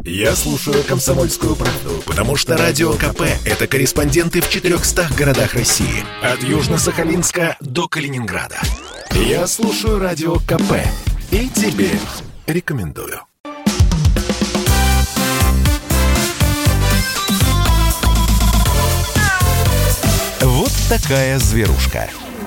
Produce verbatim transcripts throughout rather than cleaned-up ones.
Я слушаю «Комсомольскую правду», потому что Радио КП – это корреспонденты в четырехстах городах России. От Южно-Сахалинска до Калининграда. Я слушаю Радио КП и тебе рекомендую. Вот такая зверушка.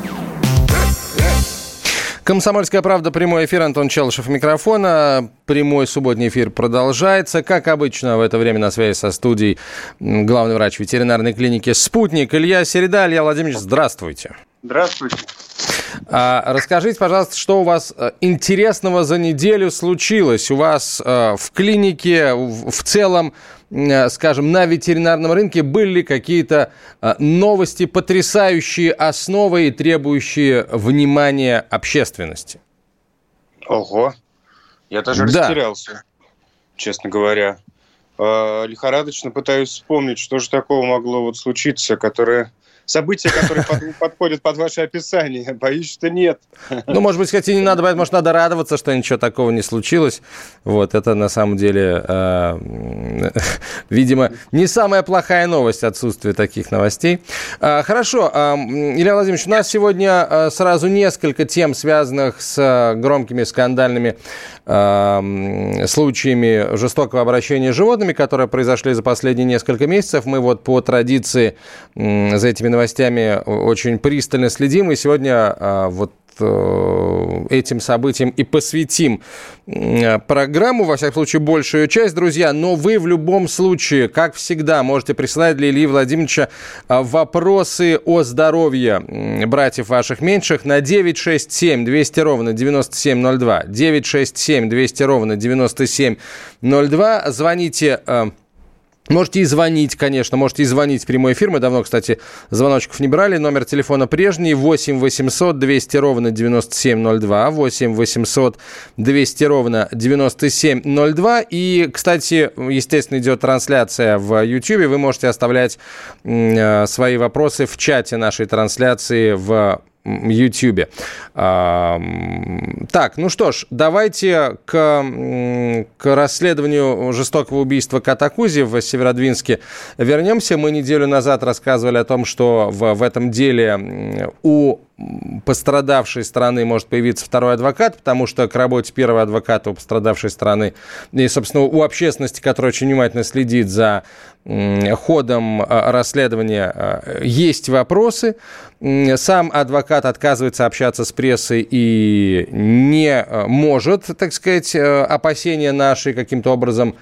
«Комсомольская правда», прямой эфир, Антон Челышев, микрофона. Прямой субботний эфир продолжается. Как обычно, в это время на связи со студией главный врач ветеринарной клиники «Спутник» Илья Середа. Илья Владимирович, здравствуйте. Здравствуйте. А, расскажите, пожалуйста, что у вас интересного за неделю случилось? У вас а, в клинике, в, в целом, скажем, на ветеринарном рынке были ли какие-то новости, потрясающие основы и требующие внимания общественности? Ого, я даже да. растерялся, честно говоря. Э, лихорадочно пытаюсь вспомнить, что же такого могло вот случиться, которое... События, которые под, подходят под ваше описание. Боюсь, что нет. Ну, может быть, хотя не надо, может, надо радоваться, что ничего такого не случилось. Вот, это на самом деле, э, видимо, не самая плохая новость, отсутствие таких новостей. Э, хорошо, э, Илья Владимирович, у нас сегодня э, сразу несколько тем, связанных с э, громкими скандальными э, случаями жестокого обращения с животными, которые произошли за последние несколько месяцев. Мы вот по традиции э, за этими новостями очень пристально следим, и сегодня а, вот а, этим событиям и посвятим а, программу, во всяком случае, большую часть, друзья, но вы в любом случае, как всегда, можете присылать для Ильи Владимировича а, вопросы о здоровье братьев ваших меньших на девять шесть семь двести ровно девяносто семь ноль два, девять шесть семь двести ровно девяносто семь ноль два, звоните... А, Можете и звонить, конечно, можете и звонить в прямой эфир. Мы давно, кстати, звоночков не брали. Номер телефона прежний. восемь восемьсот двести ровно девяносто семь ноль два. восемь восемьсот двести ровно девяносто семь ноль два. И, кстати, естественно, идет трансляция в YouTube. Вы можете оставлять э, свои вопросы в чате нашей трансляции в Ютьюбе. А, так, ну что ж, давайте к, к расследованию жестокого убийства кота Кузи в Северодвинске вернемся. Мы неделю назад рассказывали о том, что в, в этом деле у пострадавшей стороны может появиться второй адвокат, потому что к работе первого адвоката у пострадавшей стороны и, собственно, у общественности, которая очень внимательно следит за ходом расследования, есть вопросы. Сам адвокат отказывается общаться с прессой и не может, так сказать, опасения наши каким-то образом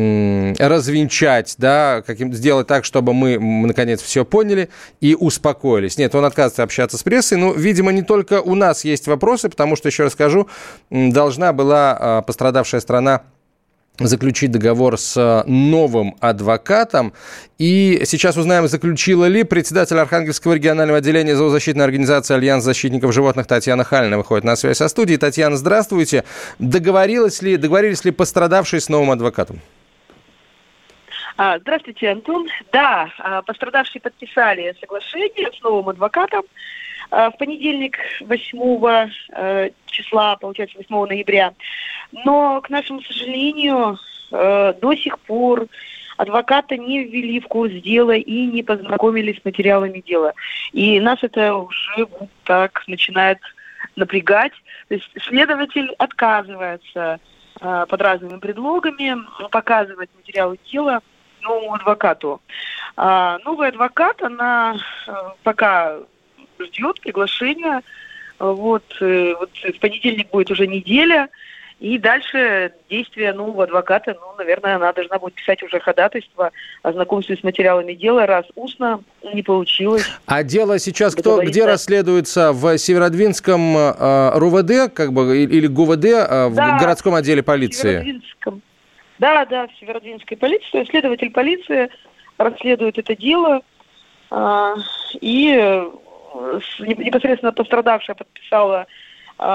развенчать, да, каким сделать так, чтобы мы, наконец, все поняли и успокоились. Нет, он отказывается общаться с прессой. Ну, видимо, не только у нас есть вопросы, потому что, еще раз скажу, должна была пострадавшая сторона заключить договор с новым адвокатом. И сейчас узнаем, заключила ли. Председатель Архангельского регионального отделения зоозащитной организации «Альянс защитников животных» Татьяна Халина выходит на связь со студией. Татьяна, здравствуйте. Договорилась ли, договорились ли пострадавшие с новым адвокатом? Здравствуйте, Антон. Да, пострадавшие подписали соглашение с новым адвокатом в понедельник, восьмого числа, получается, восьмого ноября. Но, к нашему сожалению, до сих пор адвоката не ввели в курс дела и не познакомились с материалами дела. И нас это уже вот так начинает напрягать. То есть следователь отказывается под разными предлогами показывать материалы дела новому адвокату. Новый адвокат, она пока ждет приглашения. Вот, вот в понедельник будет уже неделя. И дальше действия нового адвоката, ну, наверное, она должна будет писать уже ходатайство о знакомстве с материалами дела, раз устно не получилось. А дело сейчас кто, где расследуется? В Северодвинском э, РУВД, как бы, или ГУВД, э, да, в городском отделе полиции? В Северодвинском. Да, да, в Северодвинской полиции. Следователь полиции расследует это дело. Э, и непосредственно пострадавшая подписала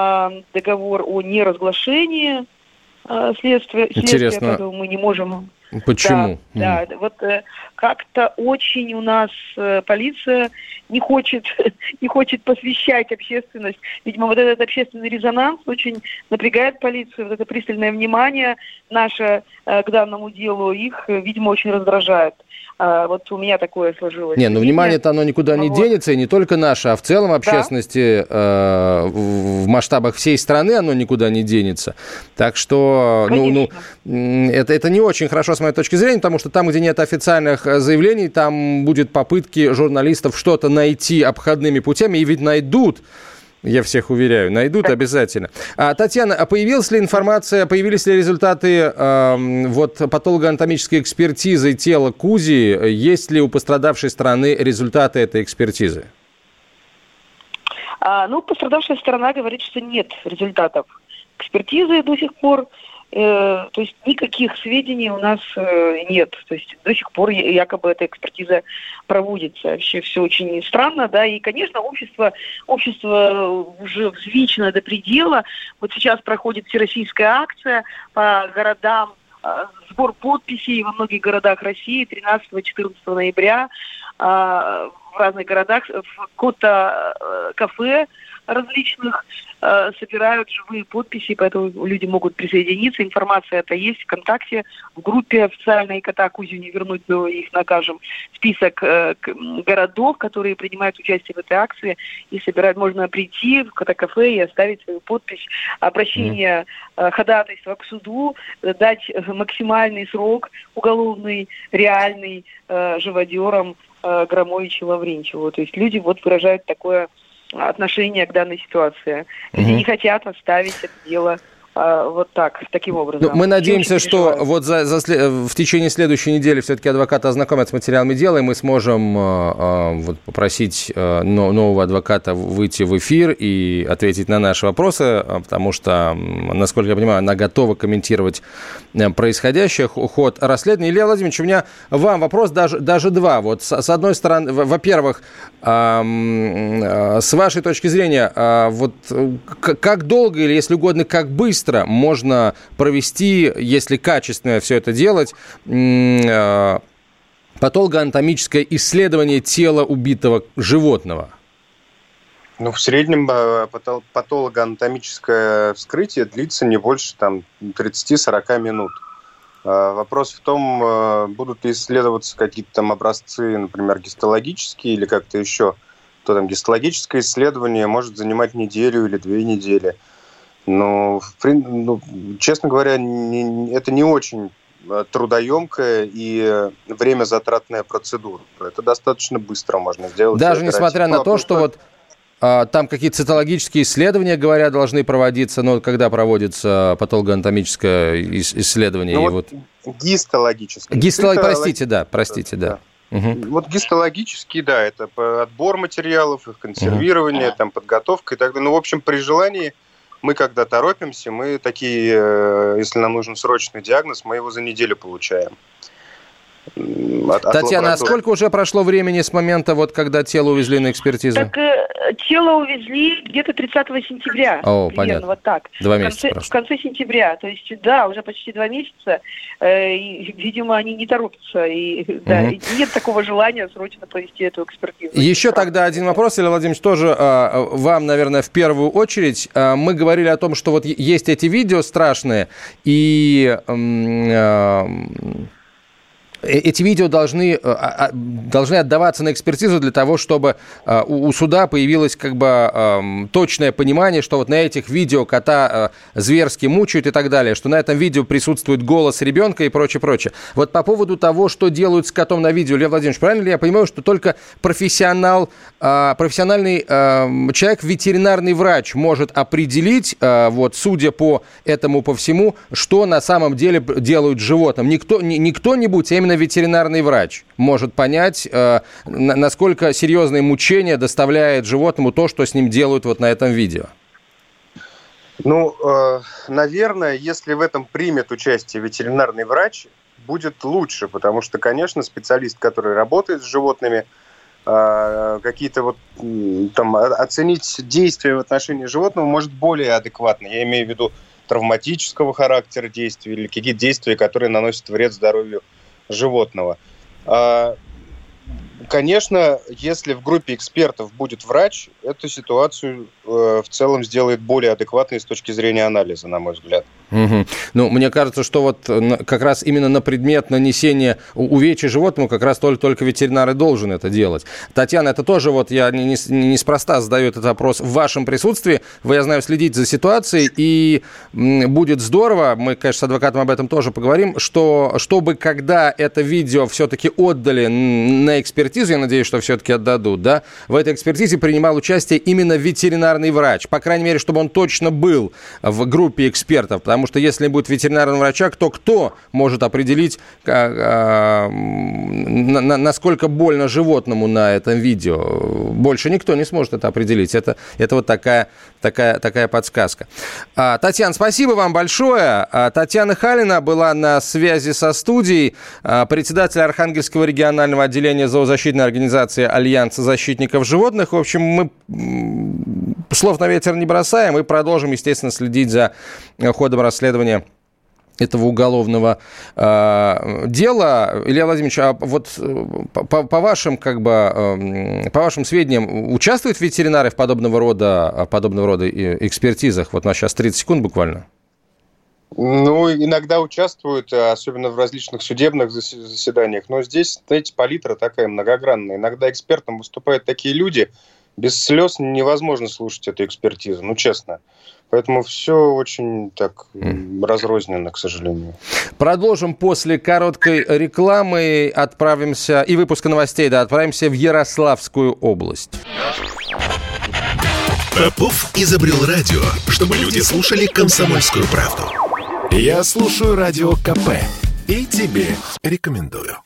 договор о неразглашении следствия, следствия, поэтому мы не можем Почему? Да, да. вот э, как-то очень у нас э, полиция не хочет, не хочет посвящать общественность. Видимо, вот этот общественный резонанс очень напрягает полицию, вот это пристальное внимание наше э, к данному делу их, э, видимо, очень раздражает. А, вот у меня такое сложилось. Не, ну внимание-то оно никуда не вот. денется, и не только наше, а в целом общественности да? э, в масштабах всей страны оно никуда не денется. Так что, ну, ну это, это не очень хорошо с моей точки зрения, потому что там, где нет официальных заявлений, там будет попытки журналистов что-то найти обходными путями, и ведь найдут. Я всех уверяю, найдут обязательно. А, Татьяна, а появилась ли информация, появились ли результаты э, вот, патологоанатомической экспертизы тела Кузи? Есть ли у пострадавшей стороны результаты этой экспертизы? А, ну, пострадавшая сторона говорит, что нет результатов экспертизы до сих пор. Э, то есть никаких сведений у нас э, нет. То есть до сих пор якобы эта экспертиза проводится. Вообще все очень странно, да. И, конечно, общество, общество уже взвинчено до предела. Вот сейчас проходит всероссийская акция по городам, э, сбор подписей во многих городах России тринадцатого-четырнадцатого ноября. Э, в разных городах в кота-кафе различных э, собирают живые подписи, поэтому люди могут присоединиться. Информация это есть ВКонтакте, в группе официальной «Кота Кузю не вернуть, но их накажем». Список э, городов, которые принимают участие в этой акции, и собирают. Можно прийти в кота-кафе и оставить свою подпись. Обращение, э, ходатайство к суду, э, дать максимальный срок уголовный, реальный э, живодерам э, Громовичу, Лаврентьеву. То есть люди вот выражают такое отношение к данной ситуации. Люди mm-hmm. не хотят оставить это дело а, вот так, таким образом. Ну, мы надеемся, что вот за, за, в течение следующей недели все-таки адвокаты ознакомятся с материалами дела, и мы сможем а, вот, попросить а, нового адвоката выйти в эфир и ответить на наши вопросы, потому что, насколько я понимаю, она готова комментировать происходящее, ход расследования. Илья Владимирович, у меня вам вопрос, даже, даже два. Вот с, с одной стороны, во-первых, а, а, с вашей точки зрения, а, вот к, как долго или, если угодно, как быстро можно провести, если качественно все это делать, патологоанатомическое исследование тела убитого животного? Ну, в среднем патологоанатомическое вскрытие длится не больше там, тридцать-сорок минут. Вопрос в том, будут ли исследоваться какие-то там образцы, например, гистологические или как-то еще. То там гистологическое исследование может занимать неделю или две недели. Но, ну, честно говоря, не, это не очень трудоемкая и время затратная процедура. Это достаточно быстро можно сделать. Даже несмотря на то, что вот а, там какие-то цитологические исследования, говорят, должны проводиться, но когда проводится патологоанатомическое исследование? Ну, и вот вот... Гистологическое. Гистолог... Простите, да, простите, да. да. Угу. Вот гистологический, да, это отбор материалов, их консервирование, угу. там, подготовка и так далее. Ну, в общем, при желании мы, когда торопимся, мы такие, если нам нужен срочный диагноз, мы его за неделю получаем. От, Татьяна, от а сколько уже прошло времени с момента, вот, когда тело увезли на экспертизу? Так, э, тело увезли где-то тридцатого сентября. О, примерно, понятно. Вот так. Два в месяца конце, прошло. В конце сентября. То есть, да, уже почти два месяца. Э, и, видимо, они не торопятся. И, угу. да, и нет такого желания срочно провести эту экспертизу. Еще тогда один вопрос, Илья Владимирович, тоже э, вам, наверное, в первую очередь. Э, мы говорили о том, что вот есть эти видео страшные, и... Э, Эти видео должны, должны отдаваться на экспертизу для того, чтобы у суда появилось как бы точное понимание, что вот на этих видео кота зверски мучают и так далее, что на этом видео присутствует голос ребенка и прочее, прочее. Вот по поводу того, что делают с котом на видео, Илья Владимирович, правильно ли я понимаю, что только профессионал, профессиональный человек, ветеринарный врач может определить, вот, судя по этому, по всему, что на самом деле делают с животным? Никто, не кто-нибудь, а именно ветеринарный врач может понять, э, насколько серьезные мучения доставляет животному то, что с ним делают вот на этом видео. Ну, э, наверное, если в этом примет участие ветеринарный врач, будет лучше, потому что, конечно, специалист, который работает с животными, э, какие-то вот там оценить действия в отношении животного может более адекватно. Я имею в виду травматического характера действия или какие-то действия, которые наносят вред здоровью животного. Конечно, если в группе экспертов будет врач, эту ситуацию э, в целом сделает более адекватной с точки зрения анализа, на мой взгляд. Угу. Ну, мне кажется, что вот как раз именно на предмет нанесения увечья животному как раз только, только ветеринар и должен это делать. Татьяна, это тоже вот я не, не, неспроста задаю этот вопрос в вашем присутствии. Вы, я знаю, следите за ситуацией, и будет здорово, мы, конечно, с адвокатом об этом тоже поговорим, что чтобы когда это видео все-таки отдали на экспертизу, я надеюсь, что все-таки отдадут, да, в этой экспертизе принимал участие именно ветеринарный врач. По крайней мере, чтобы он точно был в группе экспертов, потому что если будет ветеринарный врач, то кто может определить, насколько больно животному на этом видео? Больше никто не сможет это определить. Это, это вот такая, такая, такая подсказка. Татьяна, спасибо вам большое. Татьяна Халина была на связи со студией, председатель Архангельского регионального отделения зоозащитной организации Альянса защитников животных. В общем, мы слов на ветер не бросаем и продолжим, естественно, следить за ходом расследования этого уголовного э, дела. Илья Владимирович, а вот по, по вашим, как бы, э, по вашим сведениям, участвуют ветеринары в подобного рода, подобного рода экспертизах? Вот у нас сейчас тридцать секунд буквально. Ну, иногда участвуют, особенно в различных судебных заседаниях, но здесь, знаете, палитра такая многогранная. Иногда экспертом выступают такие люди, без слез невозможно слушать эту экспертизу, ну, честно. Поэтому все очень так разрозненно, к сожалению. Продолжим после короткой рекламы, отправимся, и выпуска новостей, да, отправимся в Ярославскую область. Попов изобрел радио, чтобы люди слушали «Комсомольскую правду». Я слушаю Радио КП и тебе рекомендую.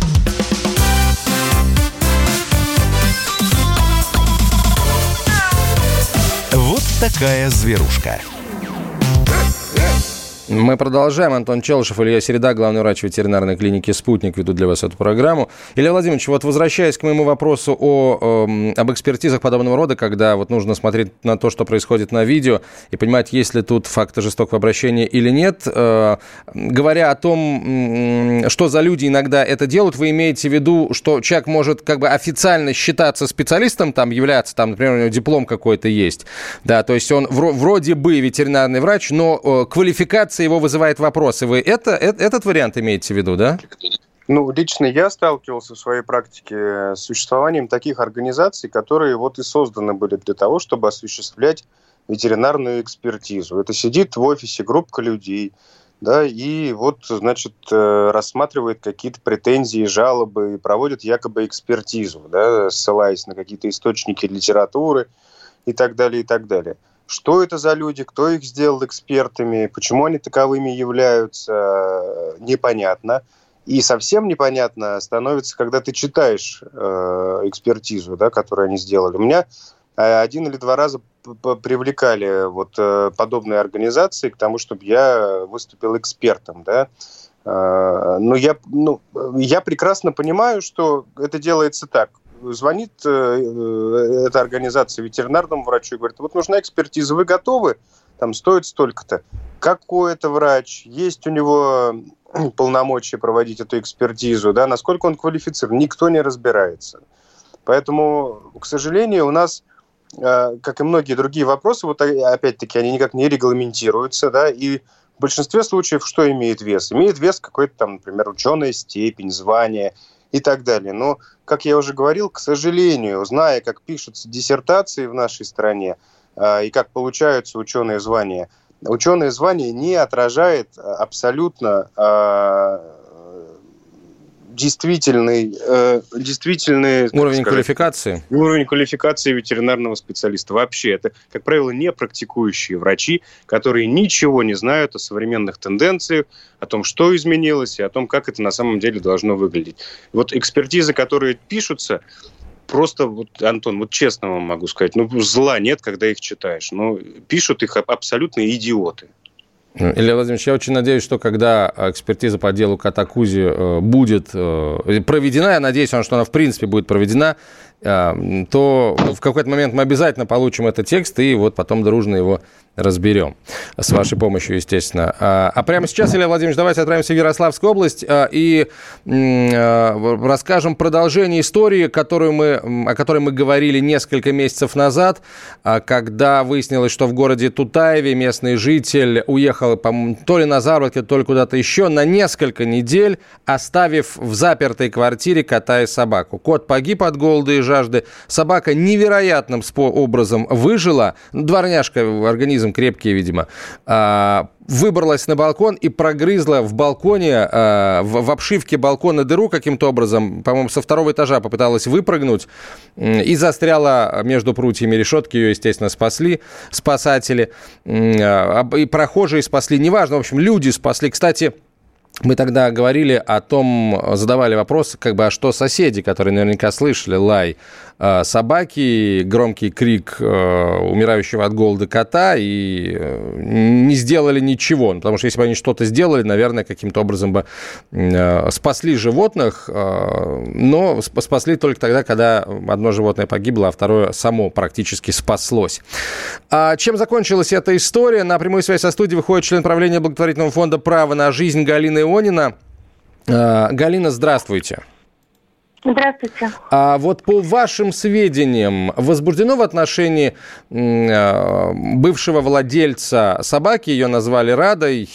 Вот такая зверушка. Мы продолжаем. Антон Челышев, Илья Середа, главный врач ветеринарной клиники «Спутник», ведут для вас эту программу. Илья Владимирович, вот возвращаясь к моему вопросу о, э, об экспертизах подобного рода, когда вот нужно смотреть на то, что происходит на видео, и понимать, есть ли тут факты жестокого обращения или нет, э, говоря о том, э, что за люди иногда это делают, вы имеете в виду, что человек может как бы официально считаться специалистом, там, являться, там, например, у него диплом какой-то есть, да, то есть он вро- вроде бы ветеринарный врач, но э, квалификация его вызывает вопросы. Вы это, это, этот вариант имеете в виду, да? Ну, лично я сталкивался в своей практике с существованием таких организаций, которые вот и созданы были для того, чтобы осуществлять ветеринарную экспертизу. Это сидит в офисе группа людей, да, и вот, значит, рассматривает какие-то претензии, жалобы и проводит якобы экспертизу, да, ссылаясь на какие-то источники литературы и так далее, и так далее. Что это за люди, кто их сделал экспертами, почему они таковыми являются, непонятно. И совсем непонятно становится, когда ты читаешь э, экспертизу, да, которую они сделали. У меня один или два раза привлекали вот, э, подобные организации к тому, чтобы я выступил экспертом. Да. Э, но я, ну, я прекрасно понимаю, что это делается так. Звонит э, эта организация ветеринарному врачу и говорит, вот нужна экспертиза, вы готовы? Там стоит столько-то. Какой это врач? Есть у него полномочия проводить эту экспертизу? Да? Насколько он квалифицирован? Никто не разбирается. Поэтому, к сожалению, у нас, э, как и многие другие вопросы, вот опять-таки они никак не регламентируются, да, и в большинстве случаев что имеет вес? Имеет вес какой-то там, например, ученая степень, звание и так далее. Но, как я уже говорил, к сожалению, зная, как пишутся диссертации в нашей стране э, и как получаются ученые звания, ученое звание не отражает абсолютно э, действительный, э, действительный уровень сказать, квалификации. Уровень квалификации ветеринарного специалиста. Вообще, это, как правило, не практикующие врачи, которые ничего не знают о современных тенденциях, о том, что изменилось, и о том, как это на самом деле должно выглядеть. Вот экспертизы, которые пишутся, просто, вот, Антон, вот честно вам могу сказать, ну, зла нет, когда их читаешь. Но пишут их абсолютно идиоты. Илья Владимирович, я очень надеюсь, что когда экспертиза по делу кота Кузи будет проведена, я надеюсь, что она в принципе будет проведена, то в какой-то момент мы обязательно получим этот текст и вот потом дружно его разберем. С вашей помощью, естественно. А прямо сейчас, Илья Владимирович, давайте отправимся в Ярославскую область и расскажем продолжение истории, которую мы, о которой мы говорили несколько месяцев назад, когда выяснилось, что в городе Тутаеве местный житель уехал, по-моему, то ли на заработки, то ли куда-то еще, на несколько недель, оставив в запертой квартире кота и собаку. Кот погиб от голода и жажды. Собака невероятным образом выжила. Дворняжка, организм крепкий, видимо. Выбралась на балкон и прогрызла в балконе, в обшивке балкона дыру каким-то образом. По-моему, со второго этажа попыталась выпрыгнуть и застряла между прутьями решетки. Ее, естественно, спасли спасатели. И прохожие спасли. Неважно, в общем, люди спасли. Кстати, мы тогда говорили о том, задавали вопрос, как бы, а что соседи, которые наверняка слышали лай э, собаки, громкий крик э, умирающего от голода кота и э, не сделали ничего. Ну, потому что если бы они что-то сделали, наверное, каким-то образом бы э, спасли животных, э, но спасли только тогда, когда одно животное погибло, а второе само практически спаслось. А чем закончилась эта история? На прямую связь со студией выходит член правления благотворительного фонда «Право на жизнь» Галина Ионина. Галина, здравствуйте. Здравствуйте. А вот по вашим сведениям, возбуждено в отношении бывшего владельца собаки, ее назвали Радой,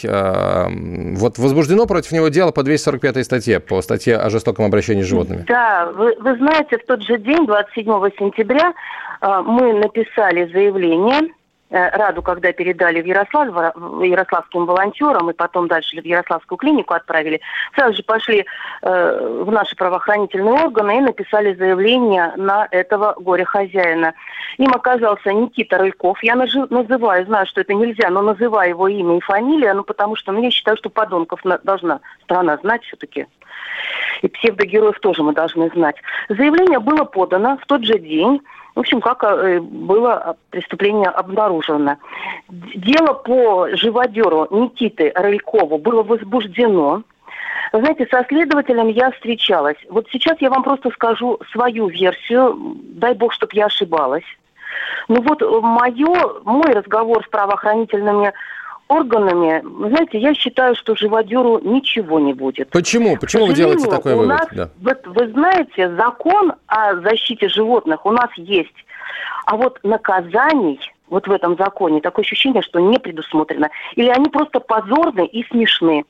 вот возбуждено против него дело по двести сорок пятой статье, по статье о жестоком обращении с животными? Да, вы, вы знаете, в тот же день, двадцать седьмого сентября, мы написали заявление Раду, когда передали в Ярослав, в ярославским волонтерам, и потом дальше в Ярославскую клинику отправили, сразу же пошли э, в наши правоохранительные органы и написали заявление на этого горе-хозяина. Им оказался Никита Рыльков. Я нажи- называю, знаю, что это нельзя, но называю его имя и фамилия, ну, потому что ну, я считаю, что подонков на- должна страна знать все-таки. И псевдогероев тоже мы должны знать. Заявление было подано в тот же день. В общем, как было преступление обнаружено. Дело по живодеру Никиты Рылькову было возбуждено. Вы знаете, со следователем я встречалась. Вот сейчас я вам просто скажу свою версию. Дай бог, чтобы я ошибалась. Ну вот мое, мой разговор с правоохранительными органами, знаете, я считаю, что живодеру ничего не будет. Почему? Почему вы делаете такой вывод? Нас, да. вот, вы знаете, закон о защите животных у нас есть. А вот наказаний вот в этом законе такое ощущение, что не предусмотрено. Или они просто позорны и смешны.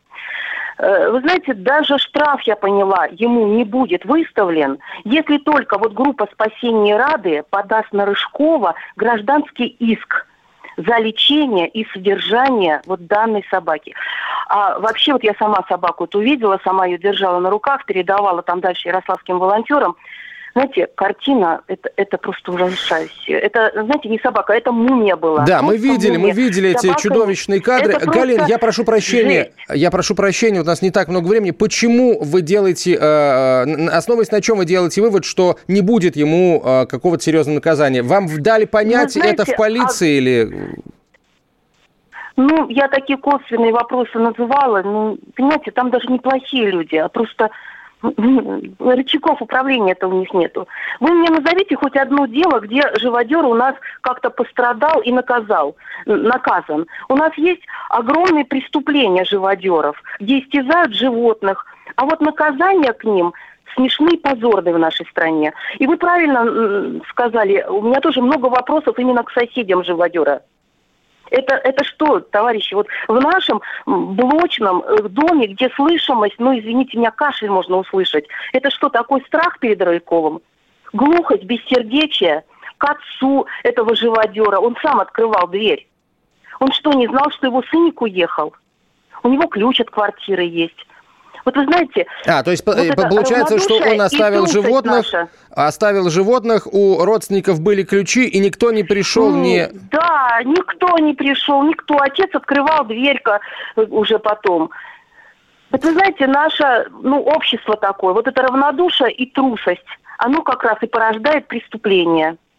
Вы знаете, даже штраф, я поняла, ему не будет выставлен, если только вот группа спасения Рады подаст на Рыжкова гражданский иск за лечение и содержание вот данной собаки. А вообще вот я сама собаку эту видела, сама ее держала на руках, передавала там дальше ярославским волонтерам. Знаете, картина, это, это просто ужасающая. Это, знаете, не собака, это мумия была. Да, мы видели, мумия. мы видели Собака... эти чудовищные кадры. Галин, я прошу прощения, жесть. я прошу прощения, у нас не так много времени. Почему вы делаете, э, основываясь на чем вы делаете вывод, что не будет ему э, какого-то серьезного наказания? Вам дали понять, знаете, это в полиции а... или... Ну, я такие косвенные вопросы называла. Ну, понимаете, там даже неплохие люди, а просто... рычагов управления-то у них нету. Вы мне назовите хоть одно дело, где живодер у нас как-то пострадал и наказал, наказан. У нас есть огромные преступления живодеров, где истязают животных, а вот наказания к ним смешные и позорные в нашей стране. И вы правильно сказали, у меня тоже много вопросов именно к соседям живодера. Это, это что, товарищи, вот в нашем блочном доме, где слышимость, ну, извините меня, кашель можно услышать, это что, такой страх перед Рыльковым? Глухость, бессердечие к отцу этого живодера. Он сам открывал дверь. Он что, не знал, что его сынник уехал? У него ключ от квартиры есть. Вот вы знаете... А, то есть вот получается, что он оставил животных, наша. оставил животных, у родственников были ключи, и никто не пришел, mm, не... Да, никто не пришел, никто. Отец открывал дверька уже потом. Вот вы знаете, наше ну, общество такое, вот это равнодушие и трусость, оно как раз и порождает преступление.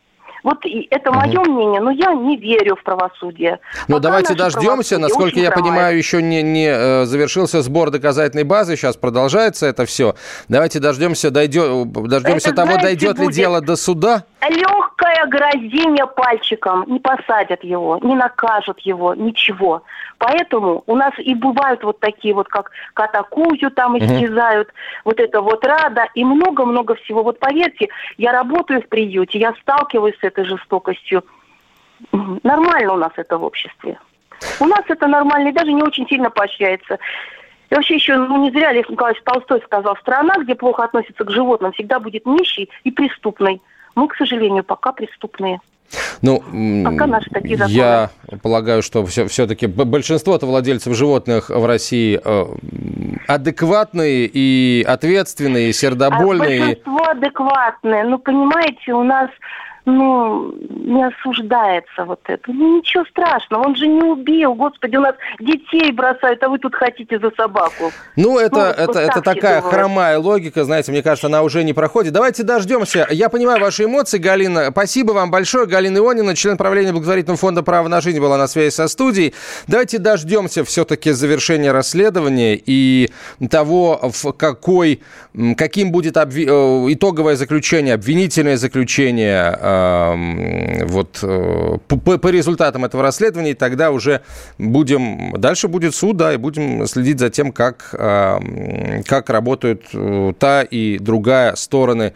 Вот и это угу. мое мнение, но я не верю в правосудие. Ну, давайте дождемся. Насколько я хромает. понимаю, еще не, не завершился сбор доказательной базы. Сейчас продолжается это все. Давайте дождемся, дойдем, дождемся это, того, знаете, дойдет ли дело до суда. Легкое грозение пальчиком. Не посадят его, не накажут его, ничего. Поэтому у нас и бывают вот такие вот, как катакую там исчезают, угу. вот это вот рада и много-много всего. Вот поверьте, я работаю в приюте, я сталкиваюсь с этой жестокостью. Нормально у нас это в обществе. У нас это нормально и даже не очень сильно поощряется. И вообще еще, ну не зря Лев Николаевич Толстой сказал, страна, где плохо относятся к животным, всегда будет нищей и преступной. Мы, к сожалению, пока преступные. Ну, пока наши такие законы. Я полагаю, что все, все-таки большинство-то владельцев животных в России э, адекватные и ответственные, и сердобольные. А большинство адекватные. Ну, понимаете, у нас... ну, не осуждается вот это. Ну, ничего страшного, он же не убил. Господи, у нас детей бросают, а вы тут хотите за собаку. Ну, это, ну, это, это такая думаю. хромая логика, знаете, мне кажется, она уже не проходит. Давайте дождемся. Я понимаю ваши эмоции, Галина. Спасибо вам большое. Галина Ионина, член правления благотворительного фонда «Право на жизнь», была на связи со студией. Давайте дождемся все-таки завершения расследования и того, в какой, каким будет обви... итоговое заключение, обвинительное заключение вот по, по результатам этого расследования, и тогда уже будем, дальше будет суд, да, и будем следить за тем, как, как работают та и другая стороны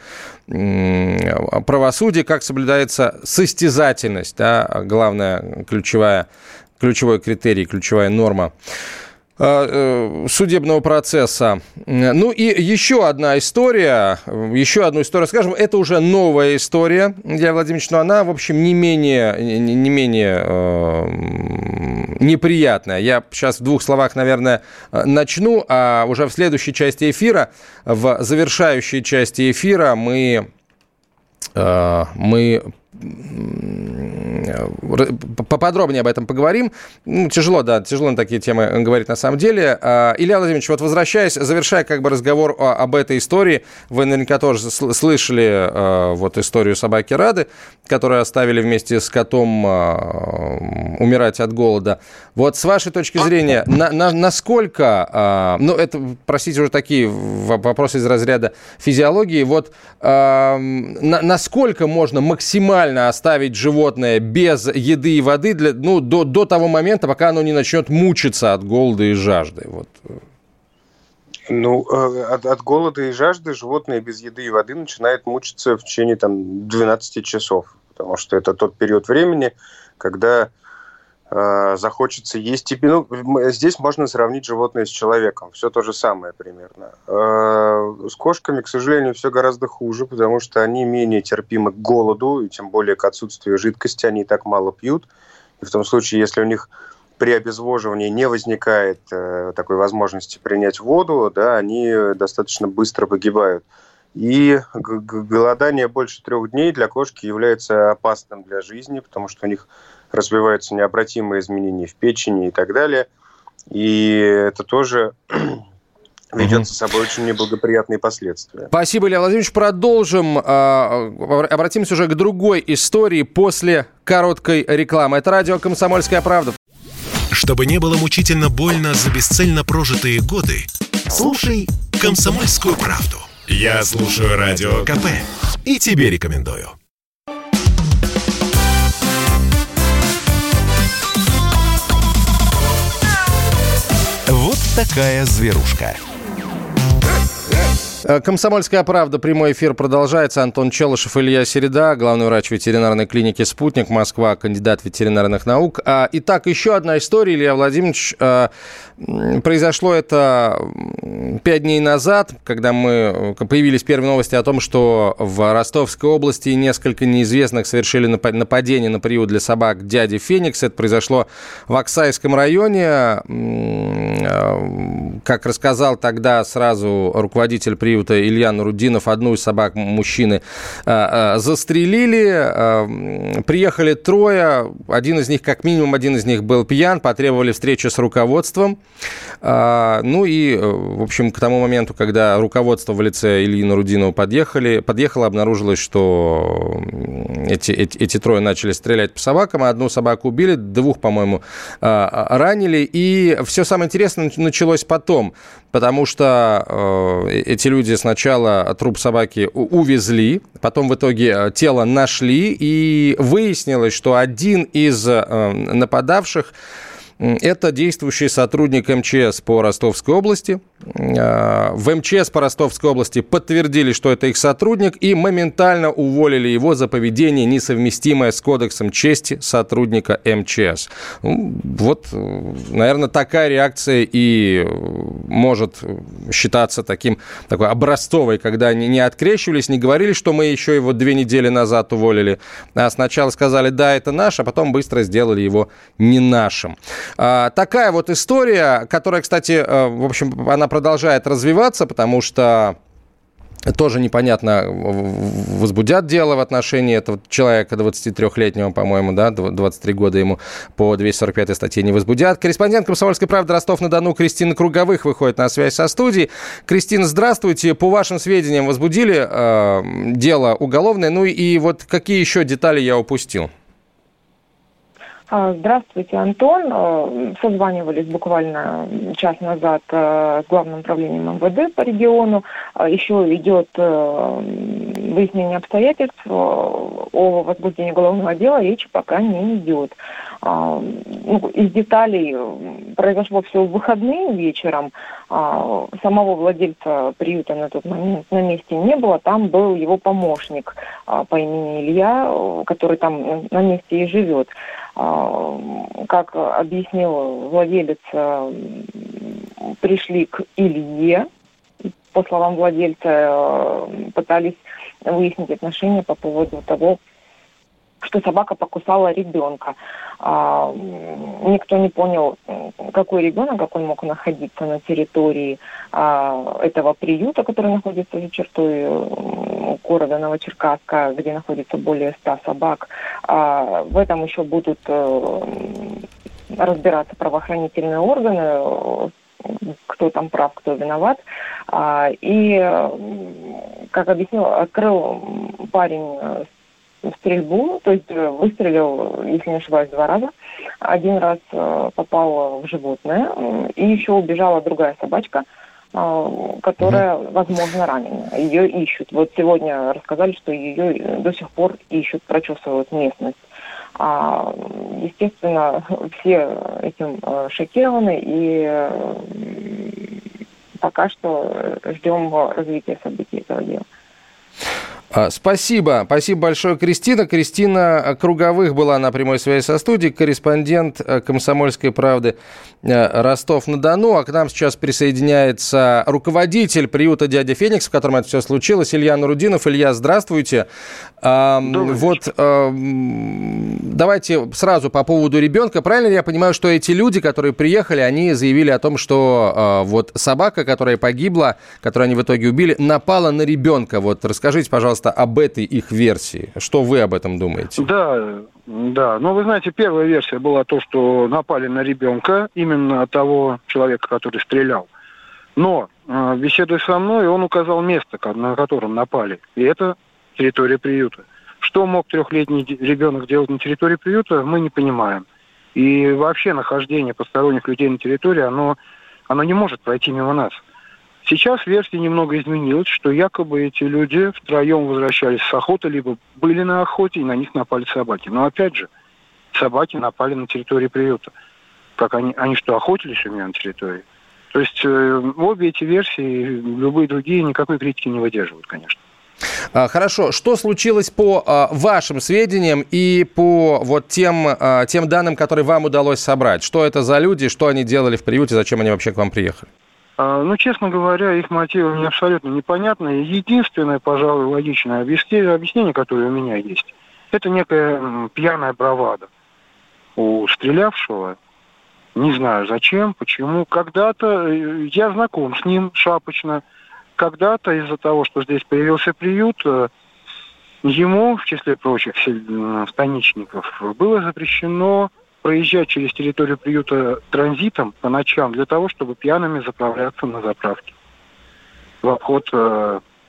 правосудия, как соблюдается состязательность, да, главная ключевая, ключевой критерий, ключевая норма судебного процесса. Ну и еще одна история, еще одну историю скажем, это уже новая история, Илья Владимирович, но она, в общем, не менее, не менее э, неприятная. Я сейчас в двух словах, наверное, начну, а уже в следующей части эфира, в завершающей части эфира мы, э, мы поподробнее об этом поговорим. Ну, тяжело, да, тяжело на такие темы говорить на самом деле. Илья Владимирович, вот возвращаясь, завершая как бы разговор о, об этой истории, вы наверняка тоже слышали э, вот историю собаки Рады, которую оставили вместе с котом э, умирать от голода. Вот с вашей точки зрения, на, на, насколько, э, ну это, простите, уже такие вопросы из разряда физиологии, вот э, на, насколько можно максимально оставить животное без еды и воды для, ну, до, до того момента, пока оно не начнет мучиться от голода и жажды? Вот. Ну, от, от голода и жажды животное без еды и воды начинает мучиться в течение там, двенадцати часов, потому что это тот период времени, когда э, захочется есть. И, ну, здесь можно сравнить животное с человеком, все то же самое примерно. Э, с кошками, к сожалению, все гораздо хуже, потому что они менее терпимы к голоду, и тем более к отсутствию жидкости, они и так мало пьют. И в том случае, если у них при обезвоживании не возникает э, такой возможности принять воду, да, они достаточно быстро погибают. И г- г- голодание больше трех дней для кошки является опасным для жизни, потому что у них развиваются необратимые изменения в печени и так далее. И это тоже ведет за собой очень неблагоприятные последствия. Спасибо, Илья Владимирович. Продолжим. Обратимся уже к другой истории после короткой рекламы. Это радио «Комсомольская правда». Чтобы не было мучительно больно за бесцельно прожитые годы, слушай «Комсомольскую правду». Я слушаю Радио КП и тебе рекомендую. Вот такая зверушка. «Комсомольская правда». Прямой эфир продолжается. Антон Челышев, Илья Середа, главный врач ветеринарной клиники «Спутник», Москва, кандидат ветеринарных наук. Итак, еще одна история, Илья Владимирович. Произошло это пять дней назад, когда мы появились первые новости о том, что в Ростовской области несколько неизвестных совершили нападение на приют для собак «Дядя Феникс». Это произошло в Аксайском районе. Как рассказал тогда сразу руководитель приюта Илья Нурудинов, одну из собак мужчины застрелили. Приехали трое. Один из них, как минимум, один из них был пьян. Потребовали встречи с руководством. Ну и, в общем, к тому моменту, когда руководство в лице Ильи Нурудинова подъехали, подъехало, обнаружилось, что эти, эти, эти трое начали стрелять по собакам. Одну собаку убили, двух, по-моему, ранили. И все самое интересное началось потом, потому что эти люди сначала труп собаки увезли, потом в итоге тело нашли, и выяснилось, что один из нападавших — это действующий сотрудник эм че эс по Ростовской области. В эм че эс по Ростовской области подтвердили, что это их сотрудник, и моментально уволили его за поведение, несовместимое с кодексом чести сотрудника эм че эс. Вот, наверное, такая реакция и может считаться таким, такой образцовой, когда они не открещивались, не говорили, что мы еще его две недели назад уволили, а сначала сказали, да, это наш, а потом быстро сделали его не нашим. А, такая вот история, которая, кстати, в общем, она продолжает развиваться, потому что тоже непонятно, возбудят дело в отношении этого человека двадцатитрёхлетнего, по-моему, да, двадцать три года ему по двести сорок пятой статье не возбудят. Корреспондент «Комсомольской правды» Ростов-на-Дону Кристина Круговых выходит на связь со студией. Кристина, здравствуйте. По вашим сведениям, возбудили э, дело уголовное? Ну и вот какие еще детали я упустил? Здравствуйте, Антон. Созванивались буквально час назад с Главным управлением эм вэ дэ по региону. Еще идет выяснение обстоятельств. О возбуждении уголовного дела речи пока не идет. Ну, из деталей произошло все в выходные вечером. Самого владельца приюта на тот момент на месте не было. Там был его помощник по имени Илья, который там на месте и живет. Как объяснил владелец, пришли к Илье. По словам владельца, пытались выяснить отношения по поводу того, что собака покусала ребенка. А, никто не понял, какой ребенок, как он мог находиться на территории а, этого приюта, который находится за чертой города Новочеркасска, где находится более ста собак. А, в этом еще будут а, разбираться правоохранительные органы, кто там прав, кто виноват. А, и, как объяснил, открыл парень стрельбу, то есть выстрелил, если не ошибаюсь, два раза. Один раз э, попал в животное, э, и еще убежала другая собачка, э, которая, mm-hmm. возможно, ранена. Ее ищут. Вот сегодня рассказали, что ее до сих пор ищут, прочесывают местность. А, естественно, все этим э, шокированы, и э, пока что ждем развития событий этого дела. Спасибо. Спасибо большое, Кристина. Кристина Круговых была на прямой связи со студией, корреспондент «Комсомольской правды» Ростов-на-Дону. А к нам сейчас присоединяется руководитель приюта «Дядя Феникс», в котором это все случилось, Илья Нурудинов. Илья, здравствуйте. Добрый вот давайте сразу по поводу ребенка. Правильно ли я понимаю, что эти люди, которые приехали, они заявили о том, что вот собака, которая погибла, которую они в итоге убили, напала на ребенка? Вот расскажите, пожалуйста, об этой их версии. Что вы об этом думаете? Да, да. Ну, вы знаете, первая версия была то, что напали на ребенка, именно того человека, который стрелял. Но, беседуя со мной, он указал место, на котором напали. И это территория приюта. Что мог трехлетний ребенок делать на территории приюта, мы не понимаем. И вообще нахождение посторонних людей на территории, оно, оно не может пройти мимо нас. Сейчас версия немного изменилась, что якобы эти люди втроем возвращались с охоты, либо были на охоте, и на них напали собаки. Но опять же, собаки напали на территории приюта. Как они, они что, охотились у меня на территории? То есть э, обе эти версии, любые другие, никакой критики не выдерживают, конечно. Хорошо. Что случилось по а, вашим сведениям и по вот тем, а, тем данным, которые вам удалось собрать? Что это за люди, что они делали в приюте, зачем они вообще к вам приехали? Ну, честно говоря, их мотивы мне абсолютно непонятны. Единственное, пожалуй, логичное объяснение, объяснение, которое у меня есть, это некая пьяная бравада у стрелявшего. Не знаю зачем, почему. Когда-то я знаком с ним шапочно. Когда-то из-за того, что здесь появился приют, ему, в числе прочих станичников, было запрещено проезжать через территорию приюта транзитом по ночам для того, чтобы пьяными заправляться на заправке в обход э,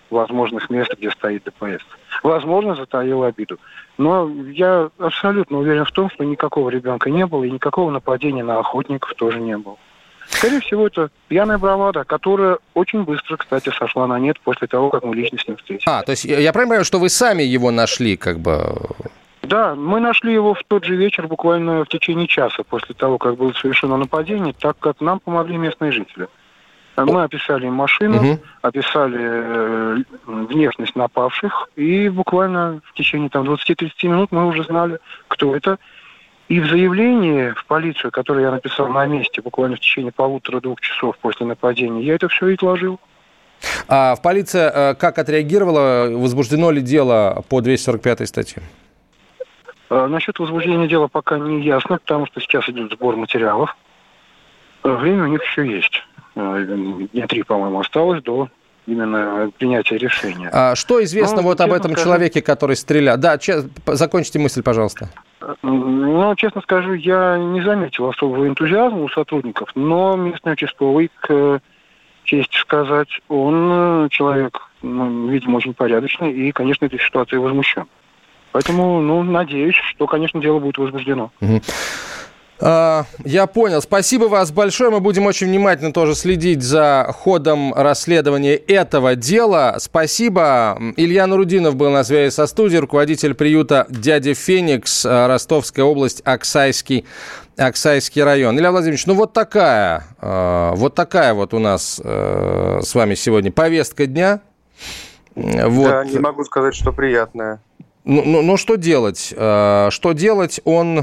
возможных мест, где стоит ДПС. Возможно, затаил обиду. Но я абсолютно уверен в том, что никакого ребенка не было, и никакого нападения на охотников тоже не было. Скорее всего, это пьяная бравада, которая очень быстро, кстати, сошла на нет после того, как мы лично с ним встретились. А, то есть я правильно понимаю, что вы сами его нашли, как бы... Да, мы нашли его в тот же вечер, буквально в течение часа после того, как было совершено нападение, так как нам помогли местные жители. Мы описали им машину, угу. описали э, внешность напавших, и буквально в течение там, двадцать-тридцать минут мы уже знали, кто это. И в заявлении в полицию, которое я написал на месте, буквально в течение полутора-двух часов после нападения, я это все и изложил. А в полиция как отреагировала? Возбуждено ли дело по двести сорок пятой статье? А, насчет возбуждения дела пока не ясно, потому что сейчас идет сбор материалов. Время у них еще есть. Дня три, по-моему, осталось до именно принятия решения. А что известно ну, вот об этом скажу, человеке, который стрелял? Да, че... закончите мысль, пожалуйста. Ну, честно скажу, я не заметил особого энтузиазма у сотрудников, но местный участковый, к чести сказать, он человек, ну, видимо, очень порядочный и, конечно, этой ситуацией возмущен. Поэтому, ну, надеюсь, что, конечно, дело будет возбуждено. Угу. Я понял. Спасибо вас большое. Мы будем очень внимательно тоже следить за ходом расследования этого дела. Спасибо. Илья Нурудинов был на связи со студией, руководитель приюта «Дядя Феникс», Ростовская область, Аксайский, Аксайский район. Илья Владимирович, ну вот такая, вот такая вот у нас с вами сегодня повестка дня. Вот. Да, не могу сказать, что приятная. Ну, ну, ну что делать? Что делать? Он...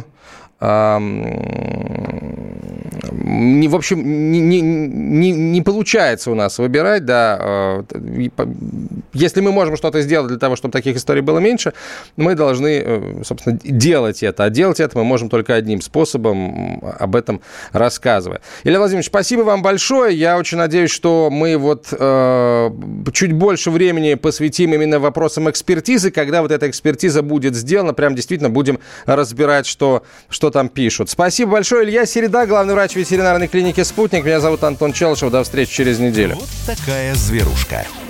Не, в общем, не, не, не, не получается у нас выбирать, да. Если мы можем что-то сделать для того, чтобы таких историй было меньше, мы должны, собственно, делать это. А делать это мы можем только одним способом, об этом рассказывая. Илья Владимирович, спасибо вам большое. Я очень надеюсь, что мы вот э, чуть больше времени посвятим именно вопросам экспертизы. Когда вот эта экспертиза будет сделана, прям действительно будем разбирать, что, что там пишут. Спасибо большое. Илья Середа, главный врач ветеринарной клиники «Спутник». Меня зовут Антон Челышев. До встречи через неделю. Вот такая зверушка.